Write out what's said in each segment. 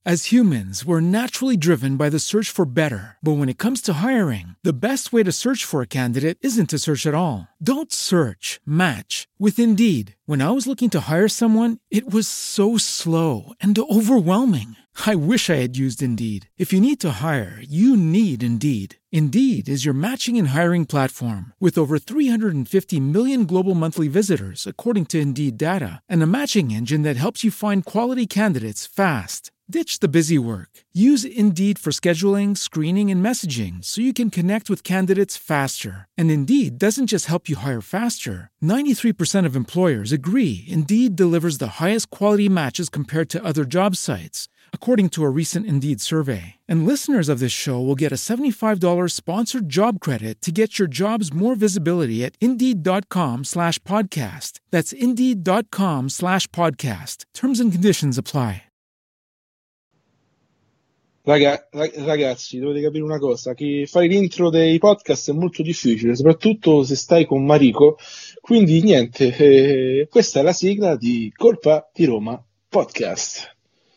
As humans, we're naturally driven by the search for better. But when it comes to hiring, the best way to search for a candidate isn't to search at all. Don't search, match with Indeed. When I was looking to hire someone, it was so slow and overwhelming. I wish I had used Indeed. If you need to hire, you need Indeed. Indeed is your matching and hiring platform with over 350 million global monthly visitors, according to Indeed data, and a matching engine that helps you find quality candidates fast. Ditch the busy work. Use Indeed for scheduling, screening, and messaging so you can connect with candidates faster. And Indeed doesn't just help you hire faster. 93% of employers agree Indeed delivers the highest quality matches compared to other job sites, according to a recent Indeed survey. And listeners of this show will get a $75 sponsored job credit to get your jobs more visibility at Indeed.com/podcast. That's Indeed.com/podcast. Terms and conditions apply. Ragazzi, dovete capire una cosa, che fare l'intro dei podcast è molto difficile, soprattutto se stai con Marico, quindi niente, questa è la sigla di Colpa di Roma Podcast.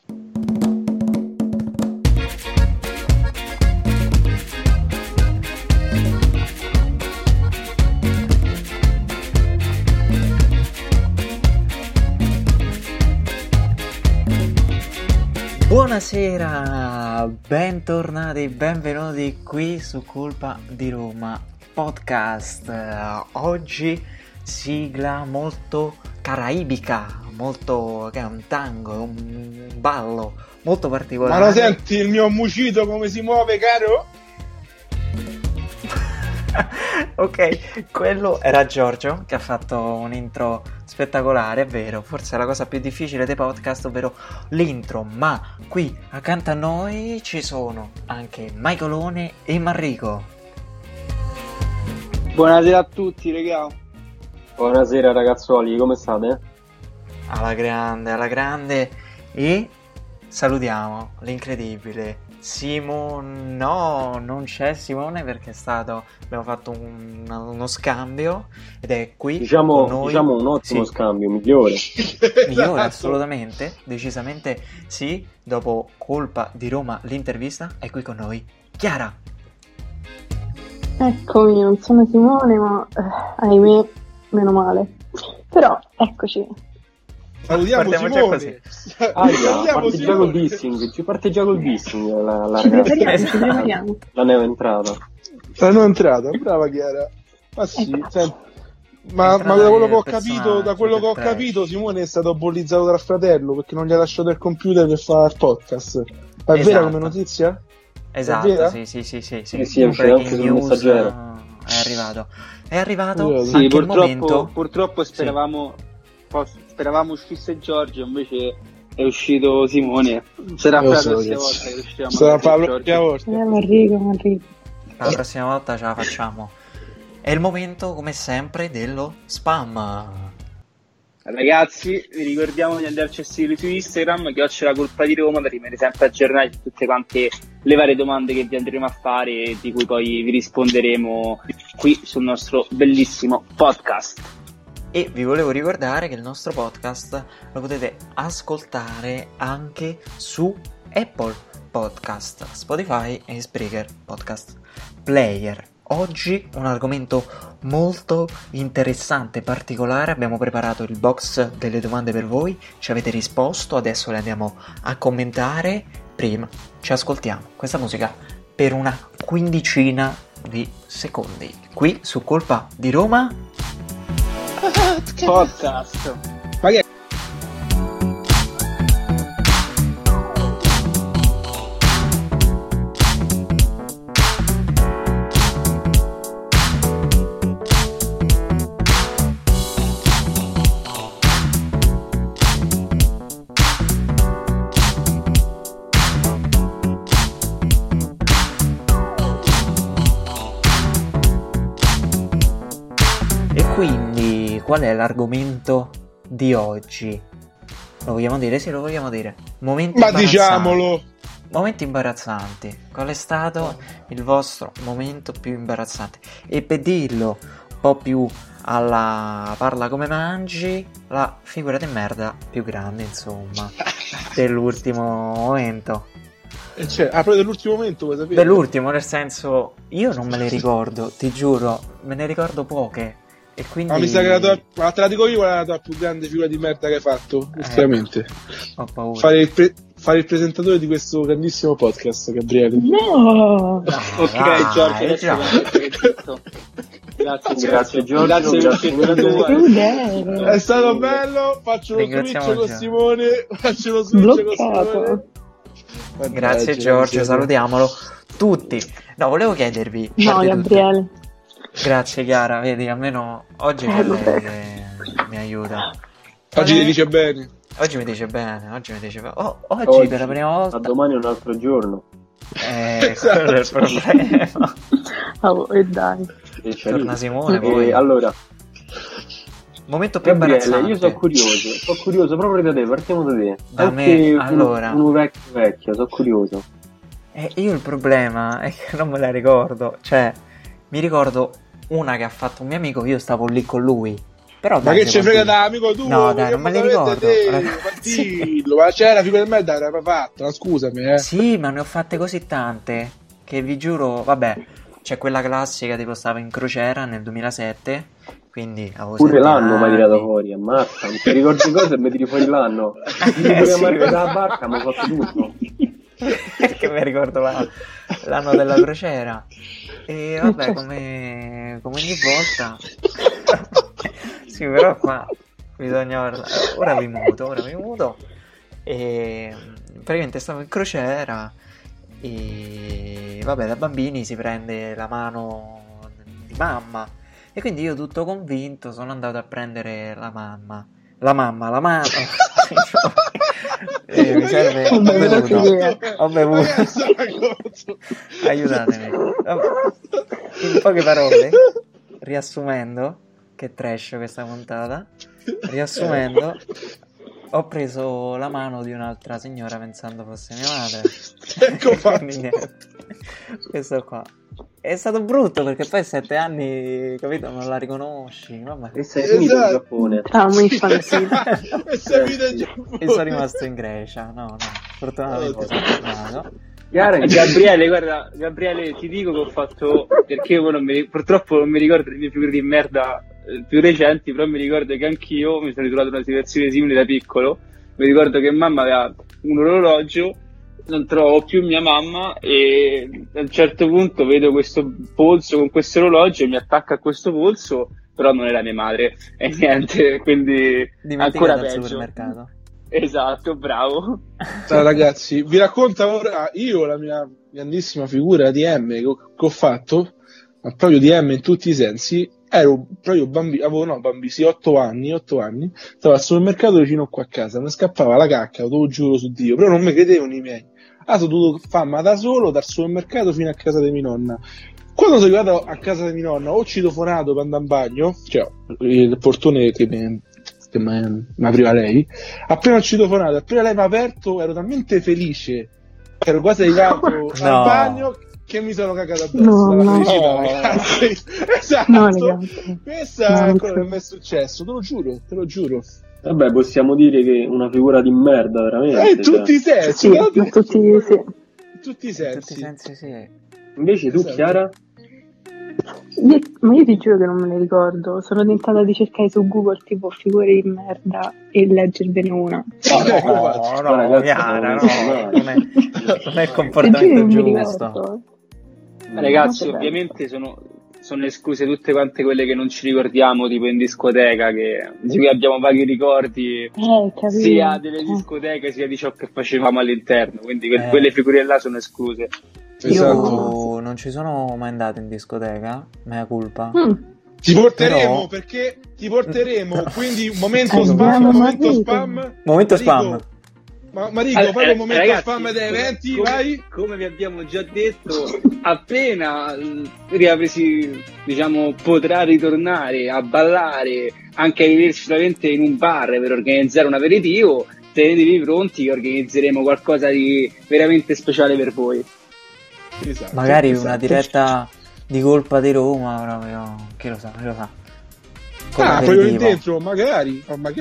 Buonasera, bentornati, benvenuti qui su Colpa di Roma Podcast. Oggi sigla molto caraibica, molto, che è un tango, un ballo molto particolare. Ma lo senti il mio mucito come si muove, caro? Ok, quello era Giorgio che ha fatto un intro spettacolare, è vero, forse è la cosa più difficile dei podcast, ovvero l'intro, ma qui accanto a noi ci sono anche Michaelone e Manrico. Buonasera a tutti, regà. Buonasera ragazzuoli, come state? Alla grande, e salutiamo l'incredibile Simone. No, non c'è Simone perché abbiamo fatto uno scambio ed è qui con noi. Diciamo un ottimo scambio, migliore assolutamente, decisamente sì. Dopo Colpa di Roma l'intervista è qui con noi Chiara. Eccomi, non sono Simone, ma ahimè, meno male, però eccoci. Salutiamo Simone. Parte già col dissing. Ci parte già col dissing la ragazza. La nuova entrata. Brava Chiara. Ma sì, ma da quello che ho capito, Simone è stato bollizzato dal fratello perché non gli ha lasciato il computer per fare il podcast. Ma è vera come notizia? Esatto, sì, è uscito anche sul Messaggero. È arrivato sì, anche il momento. Purtroppo speravamo uscisse Giorgio, invece è uscito Simone. Sarà per la prossima volta che riusciamo a fare Giorgio. Manrico. La prossima volta ce la facciamo. È il momento, come sempre, dello spam. Ragazzi, vi ricordiamo di andarci a seguire su Instagram, che oggi c'è la Colpa di Roma, per rimanere sempre aggiornati su tutte quante le varie domande che vi andremo a fare e di cui poi vi risponderemo qui sul nostro bellissimo podcast. E vi volevo ricordare che il nostro podcast lo potete ascoltare anche su Apple Podcast, Spotify e Spreaker Podcast Player. Oggi un argomento molto interessante, particolare. Abbiamo preparato il box delle domande per voi, ci avete risposto, adesso le andiamo a commentare. Prima ci ascoltiamo questa musica per una quindicina di secondi qui su Colpa di Roma Podcast. Quindi, qual è l'argomento di oggi? Lo vogliamo dire? Sì, lo vogliamo dire. Diciamolo! Momenti imbarazzanti. Qual è stato il vostro momento più imbarazzante? E per dirlo po' più alla parla come mangi, la figura di merda più grande, insomma, dell'ultimo momento. Proprio dell'ultimo momento, vuoi sapere? Dell'ultimo, nel senso, io non me le ricordo, ti giuro, me ne ricordo poche. E quindi... Ma mi sa che te la dico io, qual è la tua più grande figura di merda che hai fatto ultimamente? Ho paura. Fare il presentatore di questo grandissimo podcast, Gabriele. No! Ok, Giorgio, adesso grazie Giorgio, grazie per la È stato bello, faccio lo switch con Simone, Grazie Giorgio, salutiamolo tutti. No, volevo chiedervi. No, Gabriele. Tutti. Grazie Chiara, vedi, almeno oggi mi aiuta. Oggi ti dice bene. Oggi mi dice bene. Oggi per la prima volta. A domani è un altro giorno. Quello è il problema. E dai. Torna Simone, poi. Allora, momento più Gabriele, imbarazzante. io sono curioso proprio da te, partiamo da te. Da me, allora. Uno vecchio, sono curioso. Io il problema è che non me la ricordo, cioè, mi ricordo una che ha fatto un mio amico, io stavo lì con lui. Però ma che ci frega da amico tuo? No, dai, non me li ricordo. Ma c'era figura di merda, l'aveva fatta, scusami. Sì, ma ne ho fatte così tante che vi giuro, vabbè, c'è quella classica tipo stavo in crociera nel 2007, quindi avevo pure 7 l'anno mi hai anni. tirato fuori, ammazza, non ti ricordi cosa e mi tiri fuori l'anno. Io Sì. marca dalla barca, mi ho fatto tutto. Perché mi ricordo l'anno della crociera. E vabbè, come ogni volta. Sì, però qua bisogna guardare. Ora vi muto. E praticamente stavo in crociera e vabbè, da bambini si prende la mano di mamma e quindi io tutto convinto sono andato a prendere la mano. Mi serve. Ho bevuto. Aiutatemi. In poche parole, riassumendo, che trash questa puntata. Riassumendo, ho preso la mano di un'altra signora pensando fosse mia madre. Ecco fatto. Questo qua. È stato brutto perché poi 7 anni, capito, non la riconosci. Vabbè. E sei finito in Giappone. E sono rimasto in Grecia. No, fortunatamente sono tornato. Gabriele, guarda, ti dico che ho fatto, perché io purtroppo non mi ricordo le mie figure di merda più recenti, però mi ricordo che anch'io mi sono ritrovato in una situazione simile da piccolo. Mi ricordo che mamma aveva un orologio, non trovo più mia mamma e a un certo punto vedo questo polso con questo orologio e mi attacca a questo polso, però non era mia madre e niente, quindi ancora peggio. Al supermercato. Esatto, bravo. Allora, ragazzi, vi racconto ora io la mia grandissima figura di M che ho fatto, ma proprio di M in tutti i sensi. Ero proprio bambino, sì, 8 anni, stavo al supermercato vicino qua a casa, mi scappava la cacca, te lo giuro su Dio, però non mi credevano i miei. Sono dovuto farmi da solo dal supermercato fino a casa di mia nonna. Quando sono arrivato a casa di mia nonna ho citofonato per andare in bagno, cioè il portone che mi apriva lei. Appena ho citofonato, appena lei mi ha aperto, ero talmente felice, ero quasi arrivato al bagno che mi sono cagato addosso dalla felicità, ragazzi. Esatto. Questa è quello che mi è successo, te lo giuro. Vabbè, possiamo dire che una figura di merda, veramente. In tutti i sensi. In tutti i sensi, sì. Invece tu, Chiara? Ma io ti giuro che non me ne ricordo. Sono tentata di cercare su Google tipo figure di merda e leggervene una. No, Chiara, non è il comportamento giusto. Ragazzi, ovviamente sono escluse tutte quante quelle che non ci ricordiamo, tipo in discoteca, di cui abbiamo vaghi ricordi sia delle discoteche sia di ciò che facevamo all'interno, quindi quelle figure là sono escluse. Io non ci sono mai andato in discoteca, mea culpa. Ti porteremo, perché ti porteremo, quindi momento spam. Marico, fai un momento ragazzi, spam dei eventi, vai. Come vi abbiamo già detto, appena potrà ritornare a ballare, anche a vederci solamente in un bar per organizzare un aperitivo, tenetevi pronti che organizzeremo qualcosa di veramente speciale per voi. Magari una diretta di colpa di Roma, proprio, chi lo sa. piccolo proprio lì aperitivo. dentro, magari.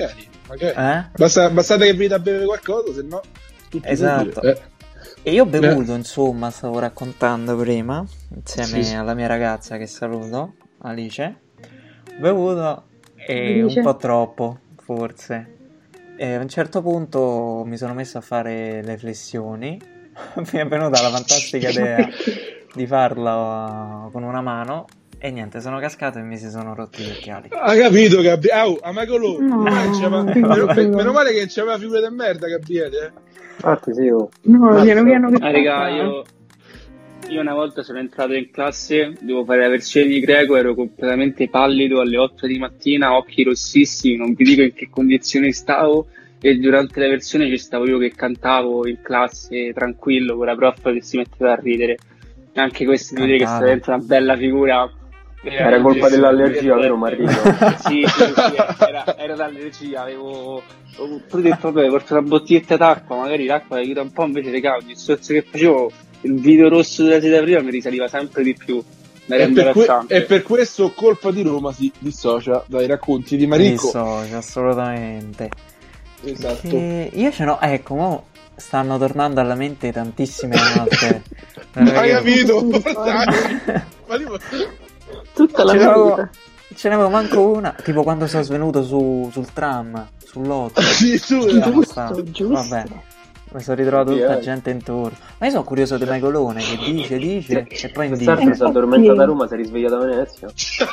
Basta che venite a bere qualcosa, se no tutto Esatto. E io ho bevuto, insomma, stavo raccontando prima, insieme alla mia ragazza che saluto, Alice. Ho bevuto un po' troppo, forse. E a un certo punto mi sono messo a fare le flessioni. Mi è venuta la fantastica idea di farlo con una mano. E niente, sono cascato e mi si sono rotti gli occhiali. Ha capito, Gabriele? Amacolo! Meno male che non c'aveva figure di merda, Gabriele. Infatti sì, No, piano piano che raga, io una volta sono entrato in classe, devo fare la versione di greco, ero completamente pallido alle 8 di mattina, occhi rossissimi, non vi dico in che condizioni stavo, e durante la versione ci stavo io che cantavo in classe tranquillo con la prof che si metteva a ridere. Anche questo devo dire che è stata dentro una bella figura. Era colpa dell'allergia, vero Marino? Sì, era d'allergia, avevo detto vabbè, porto una bottiglietta d'acqua, magari l'acqua aiuta un po', invece il discorso che facevo, il video rosso della sera prima mi risaliva sempre di più. E per questo Colpa di Roma si dissocia dai racconti di Marico. Dissocia, assolutamente. Esatto. Perché io ce n'ho, ecco, mo stanno tornando alla mente tantissime altre. Hai capito? Tutta la vita. Ce n'avevo manco una, tipo quando sono svenuto sul tram, sull'8. Giusto. Vabbè, mi sono ritrovato tutta gente intorno. Ma io sono curioso di Maicolone che dice e poi dice. Sempre si è addormentato a Roma, si è risvegliato a Venezia.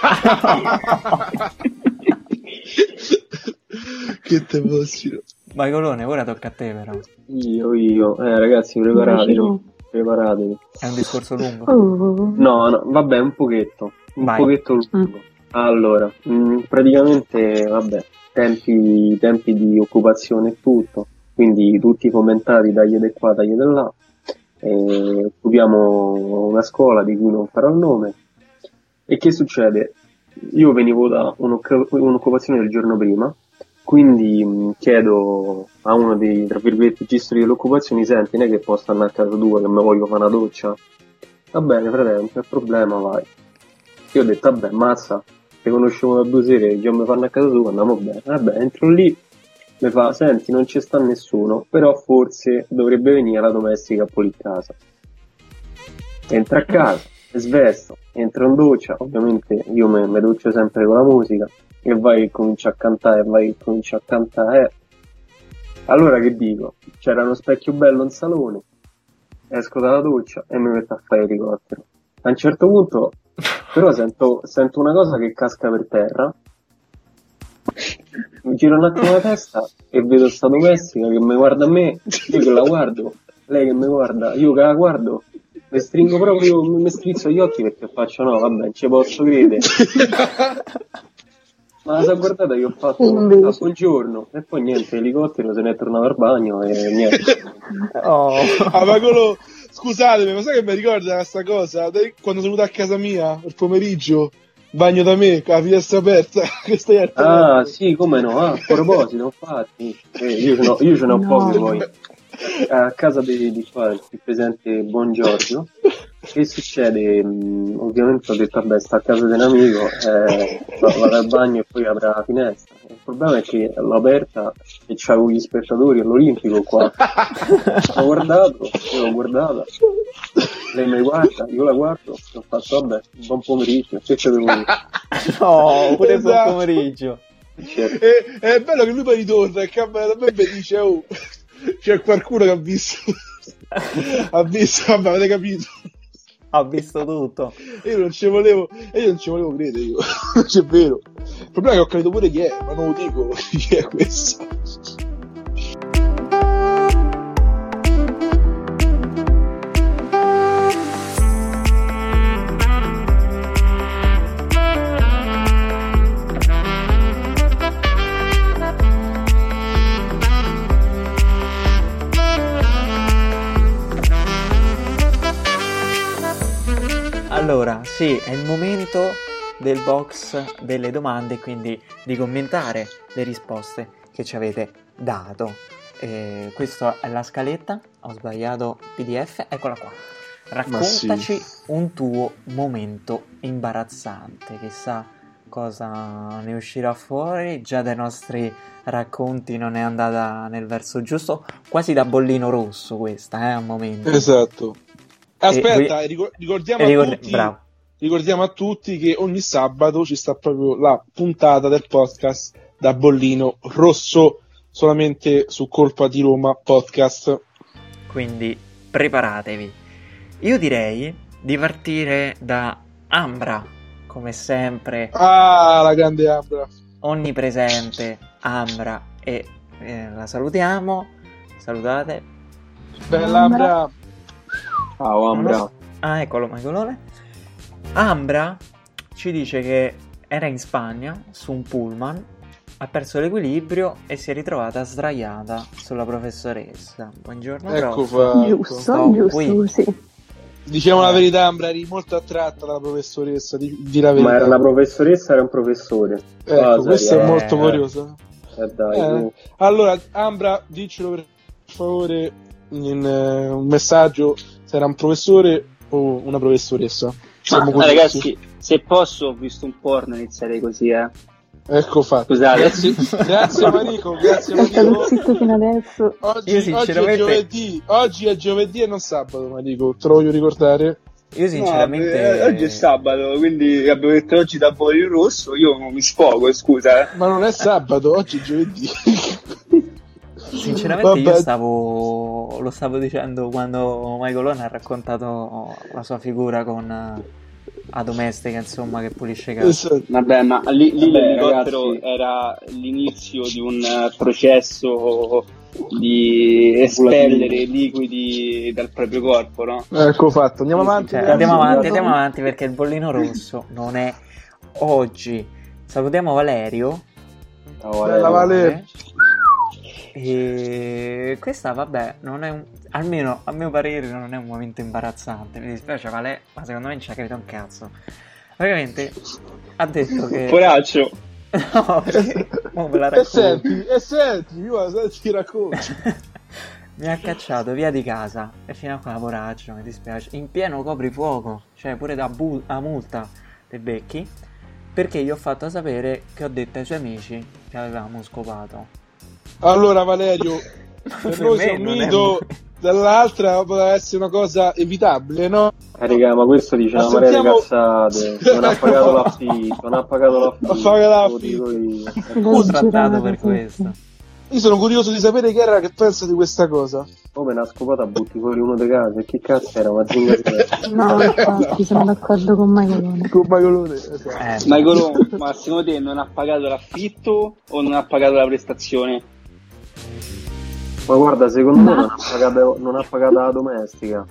Che te posso. Maicolone, ora tocca a te però. Io. Ragazzi, preparatevi. È un discorso lungo? No, vabbè, un pochetto lungo. Allora, praticamente, vabbè, tempi di occupazione e tutto, quindi tutti fomentati dagli di qua, dagli di là. Occupiamo una scuola di cui non farò il nome. E che succede? Io venivo da un'occupazione del giorno prima, quindi chiedo a uno dei, tra virgolette, gestori dell'occupazione: senti, non è che posso andare a casa tua che mi voglio fare una doccia? Va bene, fratello, non c'è problema, vai. Io ho detto, vabbè, mazza, se conoscevo da 2 sere, già mi fanno a casa tua, andiamo bene. Vabbè, entro lì, mi fa, senti, non ci sta nessuno, però forse dovrebbe venire la domestica a pulire casa. Entra a casa, svesto, entro in doccia, ovviamente io mi doccio sempre con la musica, e vai e comincia a cantare, Allora che dico? C'era uno specchio bello in salone, esco dalla doccia e mi metto a fare l'elicottero. A un certo punto però sento una cosa che casca per terra, mi giro un attimo la testa e vedo sta domestica che mi guarda a me, io che la guardo, lei che mi guarda, io che la guardo, mi stringo proprio, mi strizzo gli occhi perché faccio no, vabbè, non ci posso credere. Ma la guardata che ho fatto, buongiorno, e poi niente, l'elicottero se ne è tornato al bagno e niente. Ma quello, scusatemi, ma sai che mi ricorda questa cosa? Quando sono venuto a casa mia, il pomeriggio, bagno da me, con la finestra aperta, che stai a sì, come no, a proposito, infatti, io ce n'ho pochi poi. A casa di qua, il presente Buongiorno. Che succede? Ovviamente ho detto, vabbè, sta a casa di un amico, vado al bagno e poi apre la finestra. Il problema è che l'ho aperta e c'avevo gli spettatori all'Olimpico qua. L'ho guardata, lei mi guarda, io la guardo, ho fatto, vabbè, buon pomeriggio, che c'è per voi? No, pure buon pomeriggio. Certo. È bello che lui poi ritorna e cambia da me e dice, oh, c'è qualcuno che ha visto, vabbè, avete capito? Ha visto tutto. Io non ci volevo credere, io. C'è vero. Il problema è che ho capito pure chi è, ma non lo dico chi è questo. Allora, sì, è il momento del box delle domande, quindi di commentare le risposte che ci avete dato. Questa è la scaletta, ho sbagliato PDF, eccola qua. Raccontaci un tuo momento imbarazzante che sa cosa ne uscirà fuori. Già dai nostri racconti non è andata nel verso giusto, quasi da bollino rosso questa, al momento. Esatto. Aspetta, ricordiamo a tutti che ogni sabato ci sta proprio la puntata del podcast da bollino rosso, solamente su Colpa di Roma podcast. Quindi preparatevi. Io direi di partire da Ambra, come sempre. Ah, la grande Ambra. Onnipresente Ambra, e la salutiamo. Salutate. Bella Ambra. Ciao Ambra. Ah, eccolo Michaelone. Ambra ci dice che era in Spagna su un pullman, ha perso l'equilibrio e si è ritrovata sdraiata sulla professoressa. Buongiorno, ecco prof. Giusto, sì. Diciamo la verità, Ambra, eri molto attratta dalla professoressa, di la verità. Ma era la professoressa, era un professore. Ecco, questo è molto curioso. Dai. Allora, Ambra, diccelo per favore in un messaggio se era un professore o una professoressa. Ragazzi, se posso, ho visto un porno, inizierei così, Ecco fatto. Scusate. Grazie Marico, È stato zitto fino adesso. Oggi è giovedì e non sabato, Marico, te lo voglio ricordare. Io sinceramente oggi è sabato, quindi abbiamo detto oggi da bollino rosso, io non mi sfogo, scusa. Ma non è sabato, oggi è giovedì. Sinceramente io lo stavo dicendo quando Michaelone ha raccontato la sua figura con a domestica, insomma, che pulisce casa. Vabbè, ma lì l'elicottero era l'inizio di un processo di espellere liquidi dal proprio corpo, no? Ecco fatto, andiamo avanti. Andiamo avanti perché il bollino rosso non è oggi. Salutiamo Valerio. Ciao Valerio. E questa, vabbè, non è almeno a mio parere non è un momento imbarazzante. Mi dispiace Vale, ma secondo me non ci ha capito un cazzo. Ovviamente ha detto che Poraccio. No, me la racconto. senti, io ti racconto. Mi ha cacciato via di casa e fino a qua, poraccio, mi dispiace, in pieno coprifuoco, cioè pure da multa dei becchi, perché gli ho fatto sapere che ho detto ai suoi amici che avevamo scopato. Allora Valerio, per noi c'è un mito, dall'altra poteva essere una cosa evitabile, no? Raga, ma questo dice una marea di cazzate. Non ha pagato l'affitto, non ha pagato l'affitto. Ho trattato per questo. Io sono curioso di sapere che era che pensa di questa cosa. Come una scopata butti fuori uno dei casi? Che cazzo era? Una zinga di No, infatti sono d'accordo con Michaelone. Esatto. Michaelone, ma secondo te non ha pagato l'affitto o non ha pagato la prestazione? Ma guarda, secondo me non ha pagato la domestica.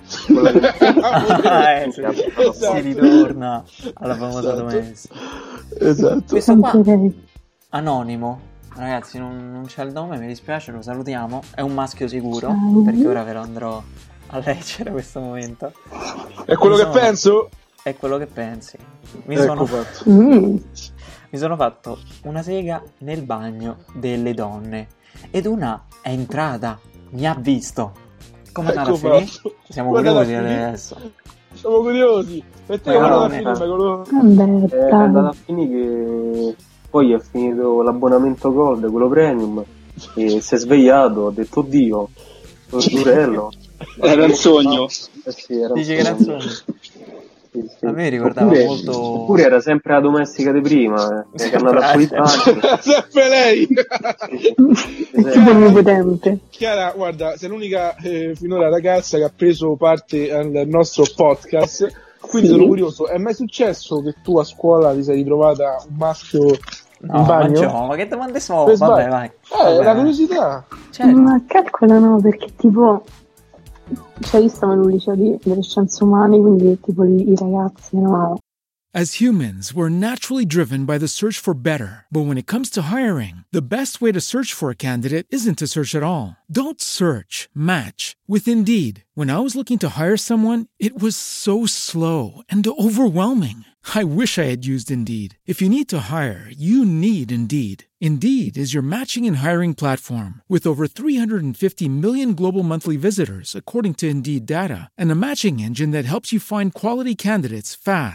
Si ritorna alla famosa domestica. Esatto. Questo qua, anonimo, ragazzi, non c'è il nome, mi dispiace, lo salutiamo. È un maschio sicuro, perché ora ve lo andrò a leggere questo momento. È quello che penso? È quello che pensi. Mi sono fatto una sega nel bagno delle donne ed una è entrata, mi ha visto. Come andata a finire? Siamo curiosi adesso. Siamo curiosi. E te come andata a finire? È andata a finire che poi è finito l'abbonamento Gold, quello premium, e si è svegliato, ha detto oddio, Durello. Era un sogno. Sì, era Dice che era un sogno. Sì. A me ricordava molto. Oppure era sempre la domestica di prima, che è andata a sempre lei. Onnipotente. Chiara, guarda, sei l'unica finora ragazza che ha preso parte al nostro podcast, quindi sono curioso, è mai successo che tu a scuola ti sei ritrovata un maschio in bagno? Ma che domande sono? Vabbè, vai. La curiosità. Certo. Ma calcola no, perché tipo, cioè io stavo in un liceo delle scienze umane, quindi tipo i ragazzi, no? As humans, we're naturally driven by the search for better. But when it comes to hiring, the best way to search for a candidate isn't to search at all. Don't search, match with Indeed. When I was looking to hire someone, it was so slow and overwhelming. I wish I had used Indeed. If you need to hire, you need Indeed. Indeed is your matching and hiring platform with over 350 million global monthly visitors, according to Indeed data, and a matching engine that helps you find quality candidates fast.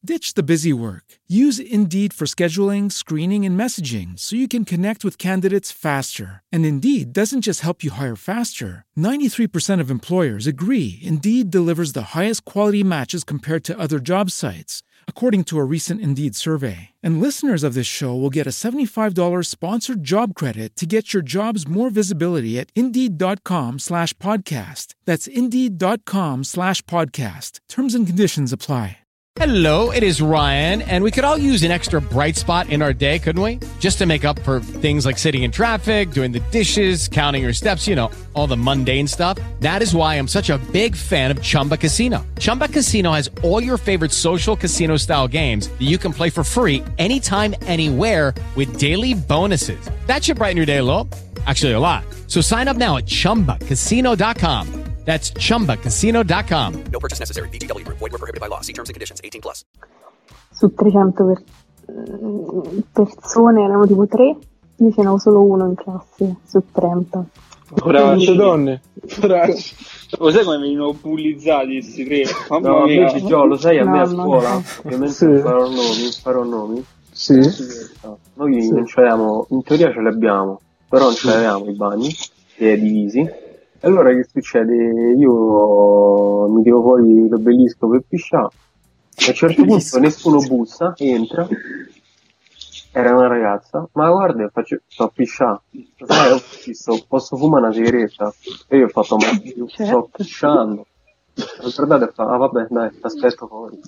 Ditch the busy work. Use Indeed for scheduling, screening, and messaging so you can connect with candidates faster. And Indeed doesn't just help you hire faster. 93% of employers agree Indeed delivers the highest quality matches compared to other job sites, according to a recent Indeed survey. And listeners of this show will get a $75 sponsored job credit to get your jobs more visibility at Indeed.com/podcast. That's Indeed.com/podcast. Terms and conditions apply. Hello, it is Ryan, and we could all use an extra bright spot in our day, couldn't we? Just to make up for things like sitting in traffic, doing the dishes, counting your steps, all the mundane stuff. That is why I'm such a big fan of Chumba Casino. Chumba Casino has all your favorite social casino-style games that you can play for free anytime, anywhere with daily bonuses. That should brighten your day a little. Actually, a lot. So sign up now at ChumbaCasino.com. That's ChumbaCasino.com. No purchase necessary. VGW Group. Void where prohibited by law. See terms and conditions. 18+. Su 300 persone erano tipo 3, io ce n'avevo solo uno in classe su 30. Quante donne? Lo sai come venivano bullizzati questi tre? No, invece lo sai, a me a scuola, ovviamente Sì. farò nomi. Sì. Noi non c'avevamo, in teoria ce li abbiamo, però non ce l'avevamo i bagni, divisi. E allora che succede? Io mi tiro fuori l'obelisco per pisciare, a un certo punto nessuno bussa, entra, era una ragazza, ma guarda, sto a pisciare, posso fumare una sigaretta? E io ho fatto, ma io sto pisciando. L'ho guardato e fa, vabbè, dai, ti aspetto fuori.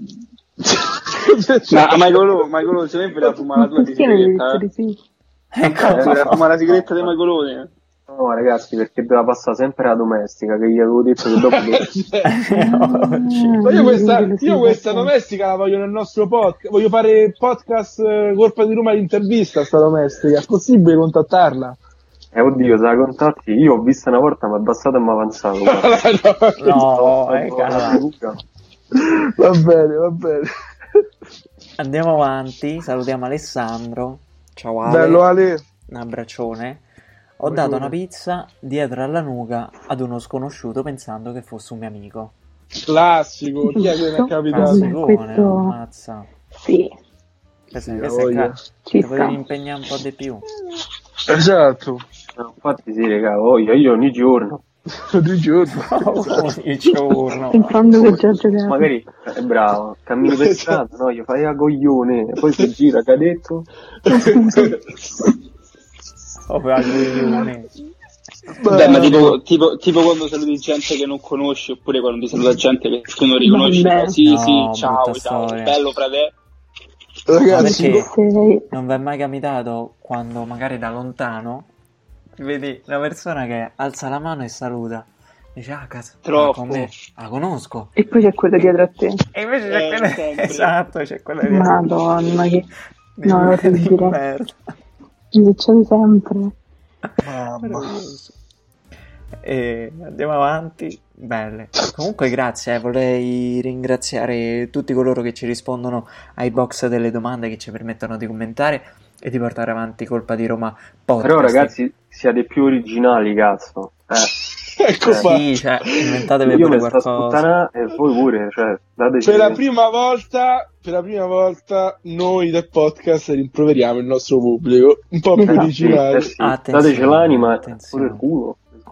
Ma Maicolone, se ne voleva fumare la tua sigaretta? Voleva fumare la sigaretta di Maicolone? No ragazzi, perché doveva passare sempre la domestica, che gli avevo detto che dopo Ma io questa domestica la voglio nel nostro podcast. Voglio fare podcast Colpa di Roma l'intervista a sta domestica. È possibile contattarla? Oddio, se la contatti, io ho vista una volta, mi è abbassato e mi è avanzato. Va bene. Andiamo avanti, salutiamo Alessandro. Ciao Ale. Bello Ale. Un abbraccione. Ho dato una pizza dietro alla nuca ad uno sconosciuto pensando che fosse un mio amico. Classico, chi è che ne è capitato? Classicone, ammazza. Sì. Questa è qua. Ci Potevi sta. impegnare un po' di più. Esatto. No, infatti sì, raga, io ogni giorno. Di giorno. Il giorno. Pensando che Giorgio che Magari è bravo, cammini per strada, no? Io fai a coglione, e poi si gira, che ha detto? Beh, ma tipo quando saluti gente che non conosci, oppure quando ti saluta gente che tu non riconosci. Vabbè. Sì, No, ciao, brutta storia. bello frate. Ragazzi, Perché non vi è mai capitato quando magari da lontano vedi una persona che alza la mano e saluta, dice cazzo, Troppo. con me la conosco, E poi c'è quello dietro a te. e invece c'è quella sempre. esatto, c'è quella di Madonna, che no, è orribile. merda. Mi succede sempre. Meraviglioso. E andiamo avanti. Belle. Comunque grazie, vorrei ringraziare tutti coloro che ci rispondono ai box delle domande, che ci permettono di commentare e di portare avanti Colpa di Roma podcast. Però ragazzi, siate più originali, cazzo. ecco qua. sì, cioè, inventatevi Io pure mi sto qualcosa. sputtana e voi pure, cioè, dateci... Per la prima volta noi del podcast rimproveriamo il nostro pubblico un po' più originali. sì. Attenzione, Dateci l'anima e attenzione. pure il culo.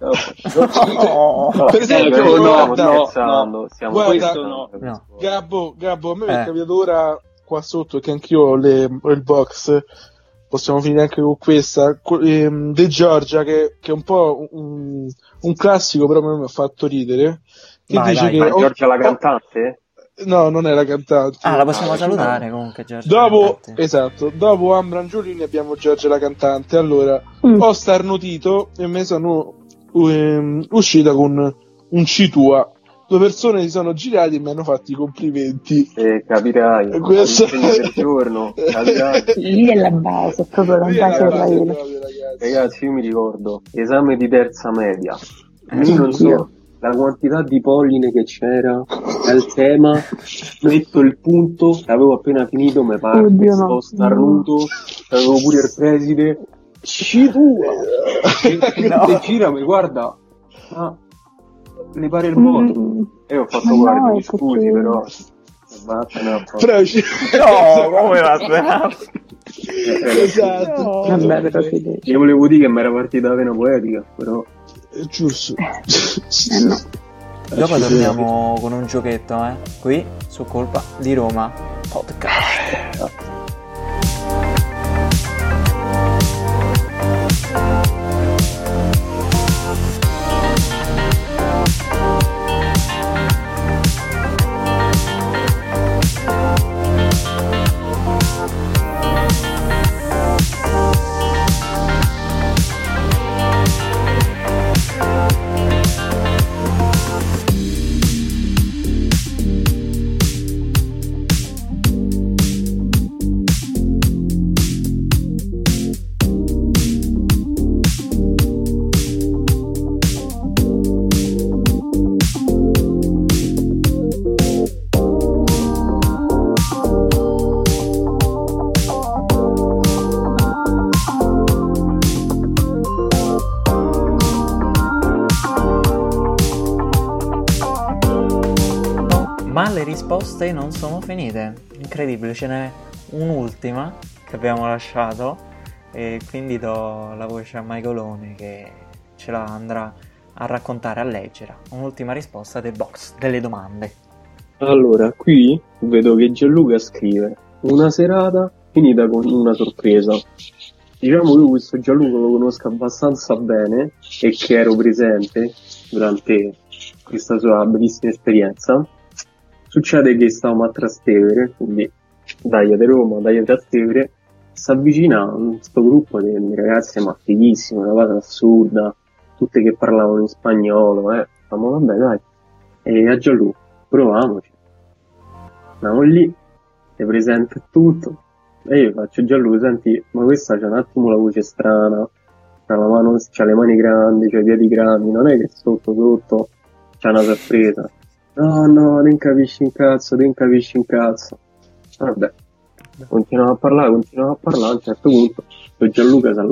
Per esempio, no, guarda, stiamo scherzando, guarda, questo no. Gabbo, a me mi è capitato ora qua sotto, che anch'io ho il box, possiamo finire anche con questa, De Giorgia, che è un po' un classico, però a me mi ha fatto ridere, che Vai, dice vai. che... Ma Giorgia la cantante? No, non è la cantante. La possiamo salutare comunque, Giorgio. Dopo, cantante. esatto, dopo Ambra Angiolini abbiamo Giorgia la cantante. Allora, ho starnutito e me sono uscita con un citua. 2 persone si sono girati e mi hanno fatto i complimenti. Capirai. Questo del giorno, capirai. Lì è la base, è proprio la base della vita. Ragazzi, io mi ricordo, esame di terza media. Io non so la quantità di polline che c'era al tema, metto il punto, l'avevo appena finito, mi pare, Oddio, sto no. starnuto, avevo pure il preside, citua! E gira, mi guarda, ne pare il modo. E ho fatto, Ma guarda, no, mi è scusi, perché- però... Vattene a fare. Però No, come va? esatto. Vabbè, però Federico. Io volevo dire che mi era partita la vena poetica, però Giusto. No. Dopo torniamo con un giochetto, qui su Colpa di Roma Podcast. Ma le risposte non sono finite, incredibile, ce n'è un'ultima che abbiamo lasciato e quindi do la voce a Michaelone che ce la andrà a raccontare, a leggere. Un'ultima risposta del box delle domande. allora qui vedo che Gianluca scrive una serata finita con una sorpresa. Diciamo che io questo Gianluca lo conosco abbastanza bene e che ero presente durante questa sua bellissima esperienza. Succede che stavamo a Trastevere, quindi dai di Roma, dai a Trastevere, si avvicina questo gruppo di ragazze ma fighissime, una cosa assurda, tutte che parlavano in spagnolo, Stiamo, vabbè dai, e a Gianluca, proviamoci. Andiamo lì, ti presento tutto, e io faccio Gianluca, senti, ma questa c'ha un attimo la voce strana, c'ha le mani grandi, c'ha i piedi grandi, non è che sotto c'ha una sorpresa. No, non capisci un cazzo. Vabbè, continuiamo a parlare, a un certo punto Gianluca si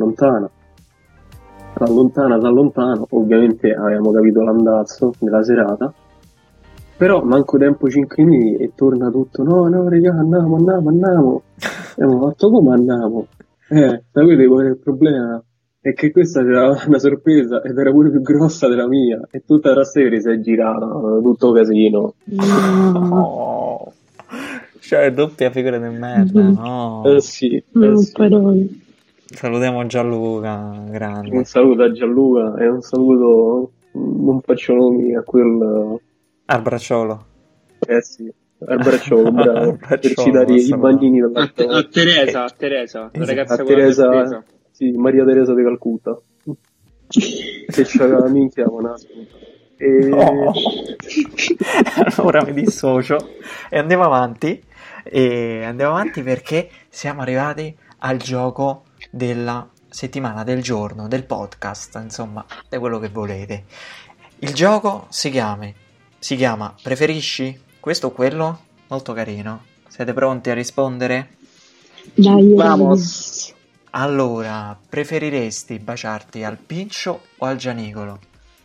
allontana, ovviamente avevamo capito l'andazzo della serata, però manco tempo 5 minuti e torna tutto, no raga, andiamo, e abbiamo fatto come andiamo? Sapete qual è il problema? È che questa c'era una sorpresa ed era pure più grossa della mia e tutta la sera si è girata, tutto casino. Oh. Cioè doppia figura di merda, no? Sì. Parole. Salutiamo Gianluca, grande. Un saluto a Gianluca e un saluto, non faccio nomi, a quel... Al bracciolo. Sì, al bracciolo, bravo, Al bracciolo, per citare i bambini della A Teresa, la ragazza a con la Teresa, sorpresa. sì, Maria Teresa di Calcutta, che c'aveva la minchia con e... No. Ora mi dissocio e andiamo avanti perché siamo arrivati al gioco della settimana, del giorno, del podcast, insomma, è quello che volete. Il gioco si chiama Preferisci questo o quello? Molto carino. Siete pronti a rispondere? Dai, Vamos. Allora, preferiresti baciarti al pincio o al gianicolo?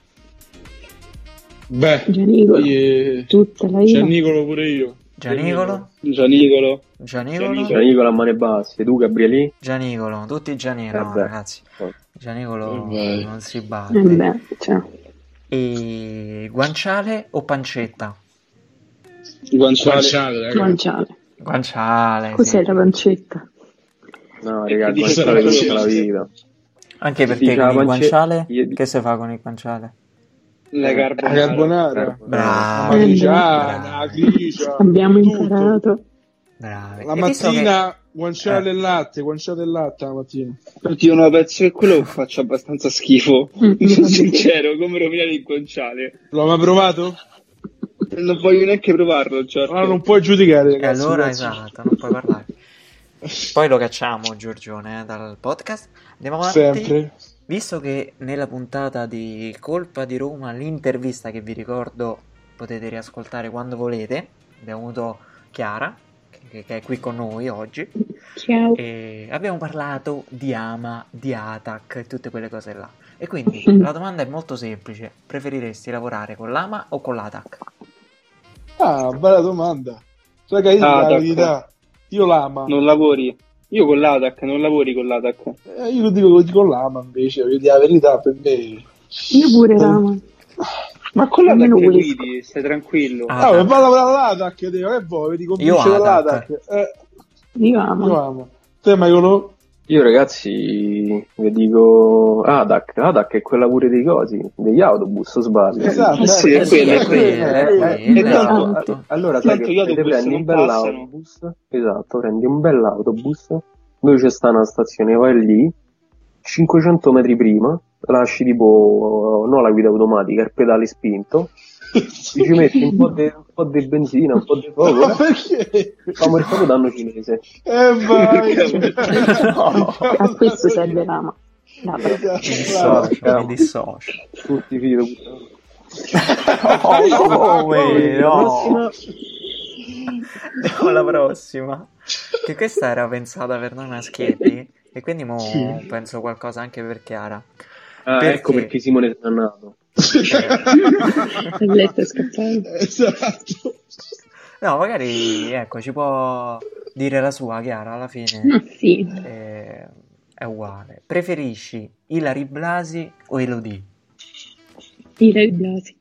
Beh, Gianicolo. Tutta la io. Giannicolo pure io. Gianicolo? Gianicolo. Giannicolo a mani basse, tu Gabrieli? Gianicolo, tutti Gianicolo, no, Vabbè. ragazzi. Gianicolo Vabbè. non si batte. Beh, cioè. E guanciale o pancetta? Guanciale, Guanciale. Guanciale. Cos'è Sì. la pancetta? No, ragazzi, dice guanciale che tutta la vita. Anche perché Dice con la il pance- guanciale, io- che si fa con il guanciale? La La carbonara, Bravo. la matriciana, Bravo. la gricia, Abbiamo tutto. imparato. Bravi. La E visto mattina guanciale e latte la mattina. Oddio, no, penso che quello faccia abbastanza schifo. Mm. Sono sincero, come rovinare il guanciale. L'ho mai provato? Non voglio neanche provarlo, certo. Allora non puoi giudicare, E ragazzi. allora, grazie. esatto, non puoi parlare. Poi lo cacciamo, Giorgione, dal podcast. Andiamo avanti. Sempre. Visto che nella puntata di Colpa di Roma, l'intervista che vi ricordo potete riascoltare quando volete, abbiamo avuto Chiara, che è qui con noi oggi, Ciao. e abbiamo parlato di Ama, di Atac e tutte quelle cose là. E quindi la domanda è molto semplice: preferiresti lavorare con l'Ama o con l'Atac? Ah, bella domanda. Raga, io dico la Atac. verità. Io l'ama. Non lavori. Io con l'Atac, non lavori con l'Atac. Io lo dico l'ama invece, vedi la verità per me. Io pure Rama. Ma con l'Atac Almeno Che questo. guidi, stai tranquillo. Ah, ma va a lavorare all'Atac, che vuoi? Vedi Io convince Atac. dall'Atac. Io amo. Io amo. Te mai conosco? Io ragazzi vi dico Adac è quella pure dei cosi, degli autobus, o sbaglio? Esatto. Sì, è quello, è quello. E tanto, Esatto. Allora sai tanto che gli autobus prendi un non bel passano. autobus, esatto, prendi un bel autobus, dove c'è sta una stazione, vai lì, 500 metri prima, lasci tipo, non la guida automatica, il pedale spinto, ci metti un po' di benzina, un po' di Ma fuoco, perché? fa il capodanno cinese. Vai! A questo serve Rama. Dai, Mi dissocio. Tutti figlio Come? La No. prossima Andiamo alla prossima. Che questa era pensata per noi maschietti. E quindi mo penso qualcosa anche per Chiara. ecco perché Simone è nato. il letto è scappato. Esatto. No, magari ecco, ci può dire la sua, Chiara, alla fine. Ma sì. È uguale. Preferisci Ilary Blasi o Elodie? Ilary Blasi.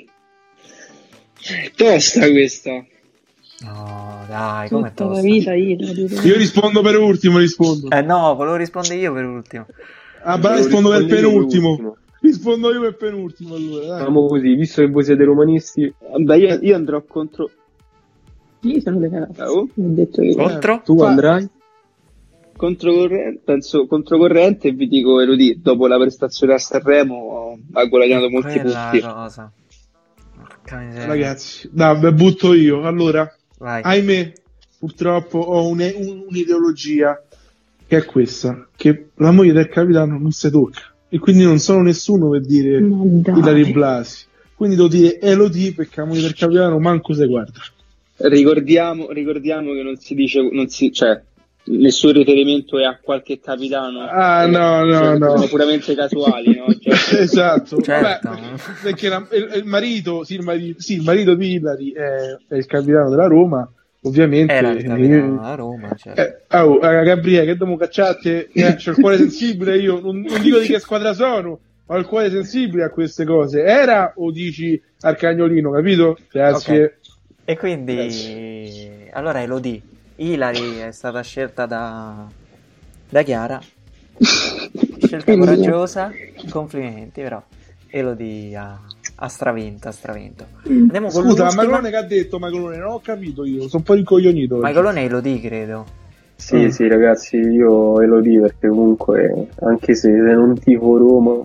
Tosta questa. No, dai, come Tutta la tosta? vita Ilary. Io rispondo per ultimo, No, volevo rispondere io per ultimo. Ah, beh, rispondo per penultimo. Rispondo io per penultimo allora, dai. Facciamo così, visto che voi siete romanisti, Vabbè, io andrò contro. Io sono delle ragazze. Oh. Ho detto io. Contro? tu andrai? Controcorrente, penso controcorrente e vi dico Elodie, dopo la prestazione a Sanremo ha guadagnato molti Quella punti. cosa. Porca miseria. Ragazzi, dai, butto io. Allora, Vai. ahimè, purtroppo ho un'ideologia che è questa, che la moglie del capitano non si tocca. E quindi non sono nessuno per dire Ma dai. Ilary Blasi. Quindi devo dire Elodie perché la moglie del capitano manco se guarda. Ricordiamo che non si dice, cioè, nessun riferimento è a qualche capitano. Ah, no. Sono puramente casuali, no? Cioè, Esatto. Certo. Vabbè, perché il marito di Ilary è il capitano della Roma, ovviamente. Era il capitano a Roma, certo. Gabriele, che dobbiamo cacciate? C'ho il cuore sensibile, io non dico di che squadra sono, ma ho il cuore sensibile a queste cose. Era o dici al cagnolino, capito? Grazie. Ok. E quindi, allora Elodie, Ilary è stata scelta da Chiara, scelta È mia. coraggiosa, complimenti però, Elodie ha stravinto. Andiamo con Scusa, l'ultima. Maglone che ha detto Maglone? Non ho capito io, sono un po' ricoglionito. oggi. Maglone e Elodie, credo. Sì, sì, ragazzi, io Elodie perché comunque, anche se non tifo Roma,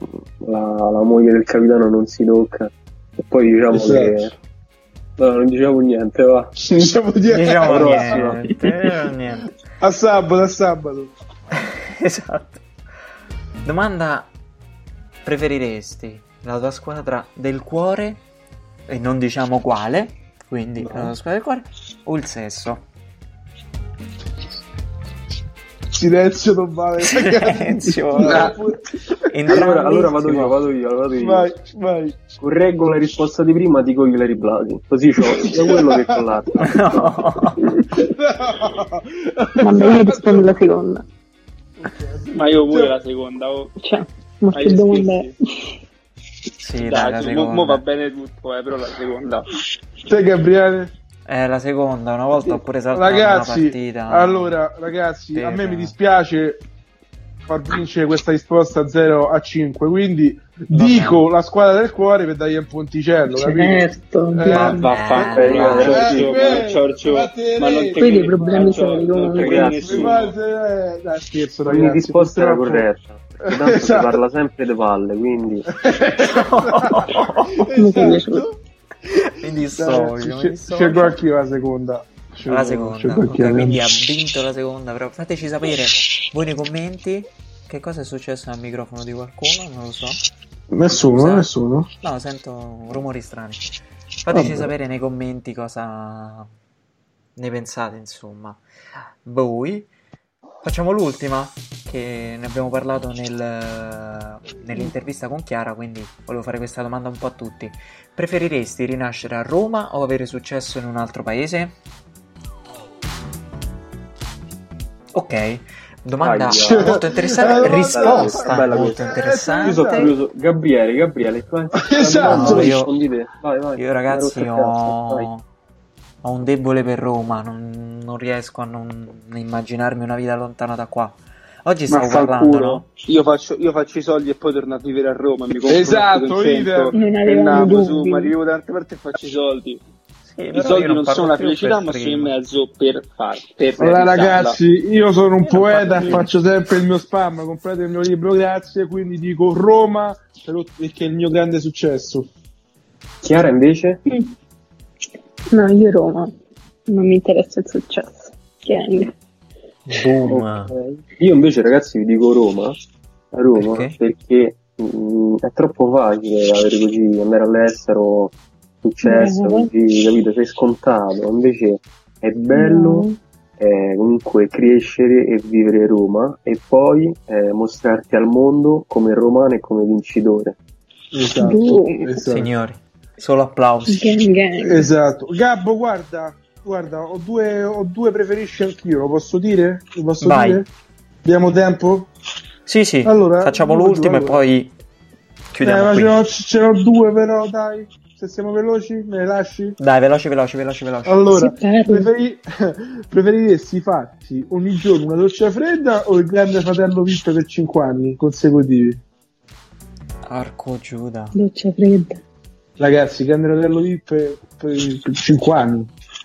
la moglie del capitano non si tocca. E poi diciamo che... Esatto. No, non diciamo niente, va. Diciamo Diciamo prossima. niente. a sabato. Esatto. Domanda: preferiresti la tua squadra del cuore, e non diciamo quale, quindi la tua squadra del cuore, o il sesso? Silenzio non vale. Silenzio. Entrambi Allora vado io. Vai. Correggo la risposta di prima, dico Ilary Blasi. Così c'ho sia quello che con l'altro. No. Vabbè, io rispondo la seconda. ma io pure la seconda. Oh. Cioè, ma Hai che domanda è? Sì, dai, la seconda. Mo va bene tutto, però la seconda. Te Gabriele? La seconda, una volta ho pure saltato una Ragazzi, partita. allora, ragazzi, a me mi dispiace far vincere questa risposta 0-5, quindi dico la squadra del cuore per dargli un ponticello, capito? Certo. Ma vaffanculo, Giorgio, ma non te Quelli i problemi seri, comunque. Dai, scherzo, Ogni ragazzi. risposta era purtroppo- corretta. Perché tanto si Esatto. parla sempre di palle, quindi... Mi sei piaciuto. Mi dissocio. Scelgo anch'io la seconda. La seconda, Scelgo ok, anch'io. quindi ha vinto la seconda, però fateci sapere voi nei commenti che cosa è successo al microfono di qualcuno, non lo so. Nessuno. No, sento rumori strani. Fateci Vabbè. sapere nei commenti cosa ne pensate, insomma. Voi. Facciamo l'ultima, che ne abbiamo parlato nell'intervista con Chiara, quindi volevo fare questa domanda un po' a tutti. Preferiresti rinascere a Roma o avere successo in un altro paese? Ok, domanda Aia. molto interessante, risposta Bella molto questa. interessante. Io sono curioso. Gabriele, Esatto. No, io- rispondi te. Vai. Io ragazzi Mi ero cazzo, vai. ho un debole per Roma, non riesco a non immaginarmi una vita lontana da qua. Oggi Ma stavo parlando, fanculo. no? Io faccio i soldi e poi torno a vivere a Roma. Mi compro Esatto, un idem. Non e avevamo navo su, dubbi. ma arrivo da tante parti e faccio i soldi. Sì, I però soldi io non parlo sono la più felicità, per ma sono il prima. mezzo per per Allora realizzarla. ragazzi, io sono un Io non poeta parlo e più. faccio sempre il mio spam, comprate il mio libro, grazie, quindi dico Roma perché è il mio grande successo. Chiara invece? No, io Roma. Non mi interessa il successo. Tieni. Boom. Ok. Io invece ragazzi vi dico Roma perché è troppo facile avere così, andare all'estero, successo, così, capito? Sei scontato, invece è bello comunque crescere e vivere a Roma e poi mostrarti al mondo come romano e come vincitore. Esatto, Signori, solo applausi. Gang gang. esatto. Gabbo, guarda, ho due preferisci anch'io, lo posso dire? Lo posso Vai. dire? Abbiamo tempo? Sì, Allora, facciamo giù, l'ultimo e allora. poi chiudiamo Ma qui. ce n'ho due però, dai. Se siamo veloci, me ne lasci? Dai, veloci. Allora, Si perde. preferiresti farti ogni giorno una doccia fredda o il grande fratello VIP per 5 anni consecutivi? Arco Giuda. Doccia fredda. Ragazzi, grande fratello VIP per 5 anni.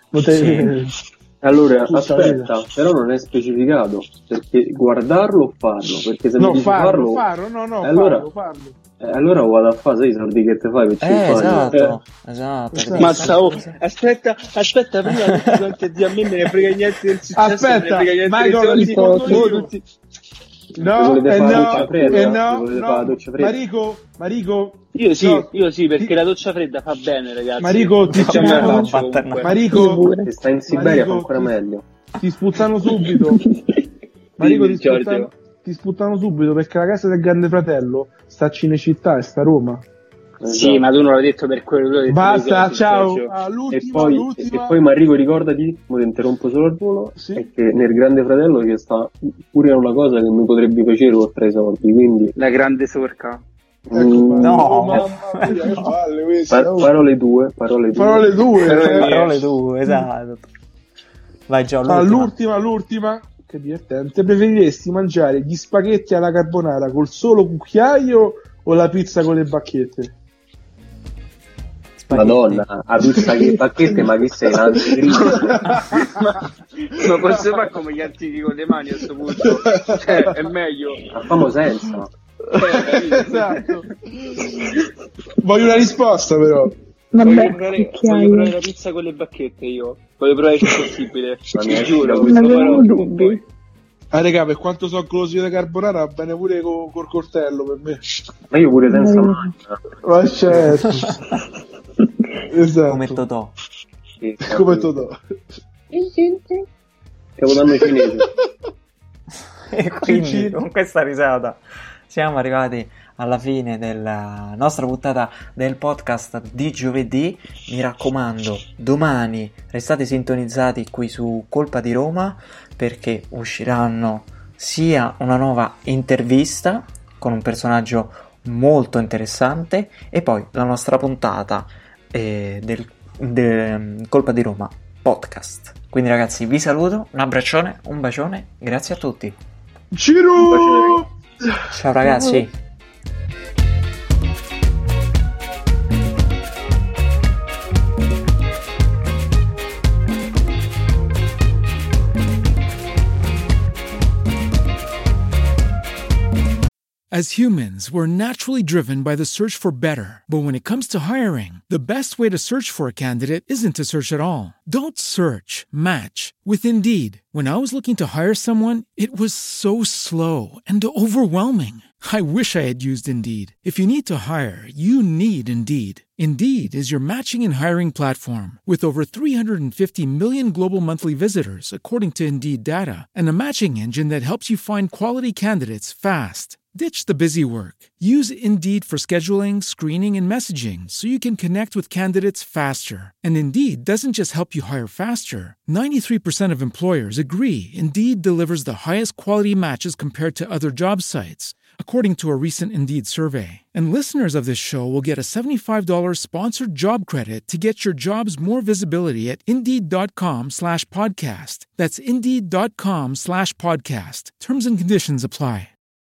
Allora, Tutta la aspetta, però non è specificato, perché guardarlo o farlo? Perché se mi No, dici farlo, allora, farlo. allora vado a fare, sai, i soldi che te fai per 5 anni. Esatto. Mazza, aspetta, prima tutti quanti di a me me ne frega niente del successo, Aspetta, me ne frega niente Michael, dei soldi. rispondo io. Tutti- No, volete fare la no, doccia fredda? no, Volete fare la doccia fredda? Marico, Io sì, no, perché la doccia fredda fa bene, ragazzi. Marico, ti Facciamo stiamo- la faccia comunque. Marico, Se stai in Siberia fa ancora meglio. ti sputtano subito. Marico, Giorgio. ti sputtano subito perché la casa del grande fratello sta a Cinecittà e sta a Roma. Sì, ma tu non l'hai detto per quello, tu l'hai detto per i Basta, soldi, ciao. Giorgio. Ah, E l'ultima. poi Marico, ricordati, mo ti interrompo solo al volo, Sì. è che nel Grande Fratello ci sta pure una cosa che mi potrebbe piacere oltre ai soldi, quindi La grande sorca. Ecco qua. No. Oh, mamma mia, che palle queste. parole due. Parole due. Parole tue, esatto. Vai Gio, L'ultima, che divertente. Preferiresti mangiare gli spaghetti alla carbonara col solo cucchiaio o la pizza con le bacchette? Madonna, a pizza che bacchette, ma che sei, Ma posso fare come gli antichi con le mani a questo punto? Cioè, è meglio. ma famo senza. Esatto. Voglio una risposta però. Vabbè, Voglio cucchiaio. provare la pizza con le bacchette io. Voglio provare il più possibile. Ti giuro. Non avevo dubbi. Ah raga, per quanto so così di carbonara va bene pure col coltello per me. Ma io pure senza macchina. Ma certo. Esatto. come Totò. Sì, Come Totò. Capodanno cinese. E quindi con questa risata siamo arrivati alla fine della nostra puntata del podcast di giovedì. Mi raccomando, domani restate sintonizzati qui su Colpa di Roma, perché usciranno sia una nuova intervista con un personaggio molto interessante e poi la nostra puntata del Colpa di Roma podcast. Quindi ragazzi, vi saluto, un abbraccione, un bacione, grazie a tutti. Ciro! Ciao ragazzi. As humans, we're naturally driven by the search for better. But when it comes to hiring, the best way to search for a candidate isn't to search at all. Don't search, match with Indeed. When I was looking to hire someone, it was so slow and overwhelming. I wish I had used Indeed. If you need to hire, you need Indeed. Indeed is your matching and hiring platform with over 350 million global monthly visitors, according to Indeed data, and a matching engine that helps you find quality candidates fast. Ditch the busy work. Use Indeed for scheduling, screening, and messaging so you can connect with candidates faster. And Indeed doesn't just help you hire faster. 93% of employers agree Indeed delivers the highest quality matches compared to other job sites, according to a recent Indeed survey. And listeners of this show will get a $75 sponsored job credit to get your jobs more visibility at Indeed.com/podcast. That's Indeed.com/podcast. Terms and conditions apply.